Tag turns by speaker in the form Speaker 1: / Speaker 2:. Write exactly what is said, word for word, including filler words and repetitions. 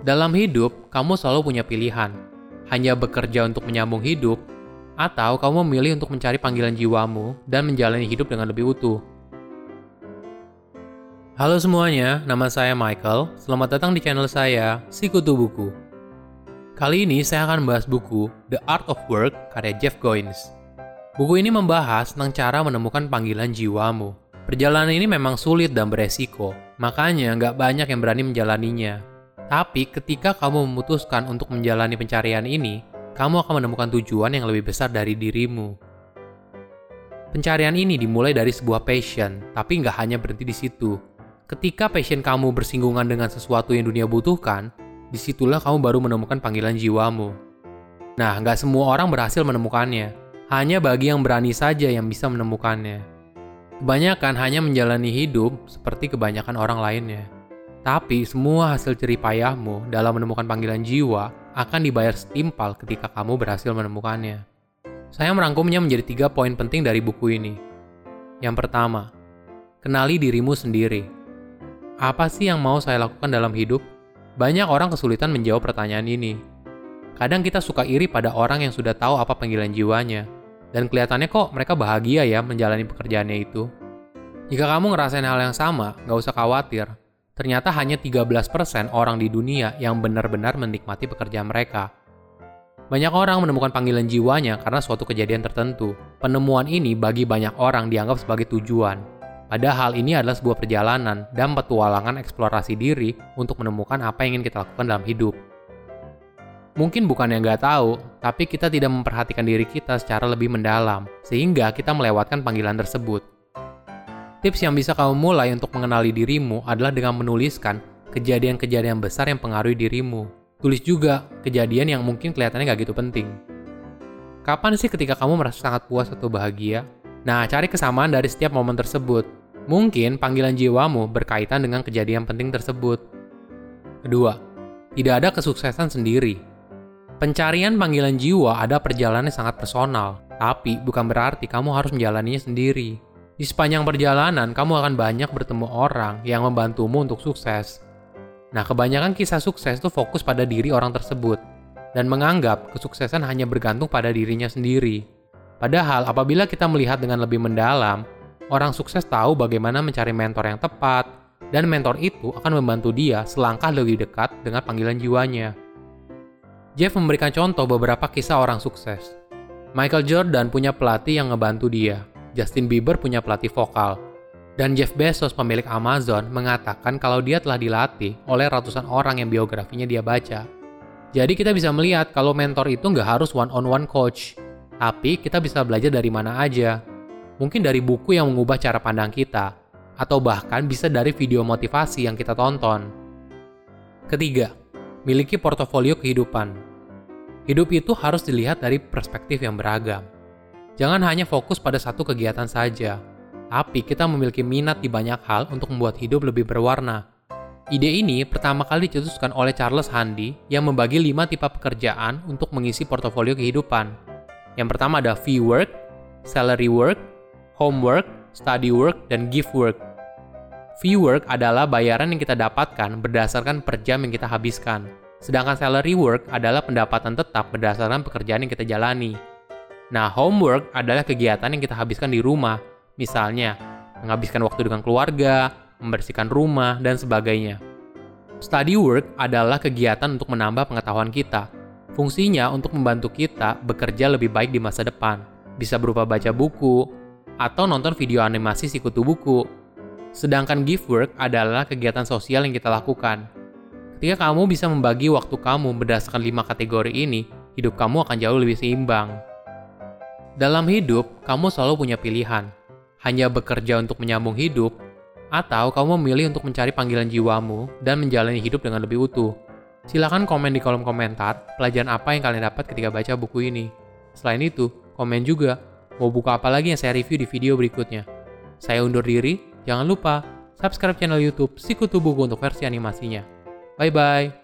Speaker 1: Dalam hidup, kamu selalu punya pilihan. Hanya bekerja untuk menyambung hidup, atau kamu memilih untuk mencari panggilan jiwamu dan menjalani hidup dengan lebih utuh. Halo semuanya, nama saya Michael. Selamat datang di channel saya, Sikutu Buku. Kali ini saya akan membahas buku The Art of Work karya Jeff Goins. Buku ini membahas tentang cara menemukan panggilan jiwamu. Perjalanan ini memang sulit dan beresiko, makanya nggak banyak yang berani menjalaninya. Tapi ketika kamu memutuskan untuk menjalani pencarian ini, kamu akan menemukan tujuan yang lebih besar dari dirimu. Pencarian ini dimulai dari sebuah passion, tapi nggak hanya berhenti di situ. Ketika passion kamu bersinggungan dengan sesuatu yang dunia butuhkan, disitulah kamu baru menemukan panggilan jiwamu. Nah, nggak semua orang berhasil menemukannya. Hanya bagi yang berani saja yang bisa menemukannya. Kebanyakan hanya menjalani hidup seperti kebanyakan orang lainnya. Tapi semua hasil jerih payahmu dalam menemukan panggilan jiwa akan dibayar setimpal ketika kamu berhasil menemukannya. Saya merangkumnya menjadi tiga poin penting dari buku ini. Yang pertama, kenali dirimu sendiri. Apa sih yang mau saya lakukan dalam hidup? Banyak orang kesulitan menjawab pertanyaan ini. Kadang kita suka iri pada orang yang sudah tahu apa panggilan jiwanya, dan kelihatannya kok mereka bahagia ya menjalani pekerjaannya itu. Jika kamu ngerasain hal yang sama, gak usah khawatir. Ternyata hanya tiga belas persen orang di dunia yang benar-benar menikmati pekerjaan mereka. Banyak orang menemukan panggilan jiwanya karena suatu kejadian tertentu. Penemuan ini bagi banyak orang dianggap sebagai tujuan. Padahal ini adalah sebuah perjalanan dan petualangan eksplorasi diri untuk menemukan apa yang ingin kita lakukan dalam hidup. Mungkin bukan yang nggak tahu, tapi kita tidak memperhatikan diri kita secara lebih mendalam, sehingga kita melewatkan panggilan tersebut. Tips yang bisa kamu mulai untuk mengenali dirimu adalah dengan menuliskan kejadian-kejadian besar yang pengaruhi dirimu. Tulis juga kejadian yang mungkin kelihatannya nggak gitu penting. Kapan sih ketika kamu merasa sangat puas atau bahagia? Nah, cari kesamaan dari setiap momen tersebut. Mungkin panggilan jiwamu berkaitan dengan kejadian penting tersebut. Kedua, tidak ada kesuksesan sendiri. Pencarian panggilan jiwa ada perjalanan yang sangat personal, tapi bukan berarti kamu harus menjalaninya sendiri. Di sepanjang perjalanan, kamu akan banyak bertemu orang yang membantumu untuk sukses. Nah, kebanyakan kisah sukses itu fokus pada diri orang tersebut dan menganggap kesuksesan hanya bergantung pada dirinya sendiri. Padahal, apabila kita melihat dengan lebih mendalam, orang sukses tahu bagaimana mencari mentor yang tepat, dan mentor itu akan membantu dia selangkah lebih dekat dengan panggilan jiwanya. Jeff memberikan contoh beberapa kisah orang sukses. Michael Jordan punya pelatih yang ngebantu dia. Justin Bieber punya pelatih vokal. Dan Jeff Bezos, pemilik Amazon, mengatakan kalau dia telah dilatih oleh ratusan orang yang biografinya dia baca. Jadi kita bisa melihat kalau mentor itu nggak harus one-on-one coach. Tapi kita bisa belajar dari mana aja. Mungkin dari buku yang mengubah cara pandang kita. Atau bahkan bisa dari video motivasi yang kita tonton. Ketiga, miliki portofolio kehidupan. Hidup itu harus dilihat dari perspektif yang beragam. Jangan hanya fokus pada satu kegiatan saja, tapi kita memiliki minat di banyak hal untuk membuat hidup lebih berwarna. Ide ini pertama kali dicetuskan oleh Charles Handy yang membagi lima tipe pekerjaan untuk mengisi portofolio kehidupan. Yang pertama ada fee work, salary work, homework, study work, dan gift work. Fee work adalah bayaran yang kita dapatkan berdasarkan per jam yang kita habiskan. Sedangkan salary work adalah pendapatan tetap berdasarkan pekerjaan yang kita jalani. Nah, homework adalah kegiatan yang kita habiskan di rumah. Misalnya, menghabiskan waktu dengan keluarga, membersihkan rumah, dan sebagainya. Study work adalah kegiatan untuk menambah pengetahuan kita. Fungsinya untuk membantu kita bekerja lebih baik di masa depan. Bisa berupa baca buku, atau nonton video animasi Sikutu Buku. Sedangkan gift work adalah kegiatan sosial yang kita lakukan. Ketika kamu bisa membagi waktu kamu berdasarkan lima kategori ini, hidup kamu akan jauh lebih seimbang. Dalam hidup, kamu selalu punya pilihan. Hanya bekerja untuk menyambung hidup, atau kamu memilih untuk mencari panggilan jiwamu dan menjalani hidup dengan lebih utuh. Silakan komen di kolom komentar pelajaran apa yang kalian dapat ketika baca buku ini. Selain itu, komen juga mau buku apa lagi yang saya review di video berikutnya. Saya undur diri, jangan lupa subscribe channel YouTube Sikutu Buku untuk versi animasinya. Bye-bye!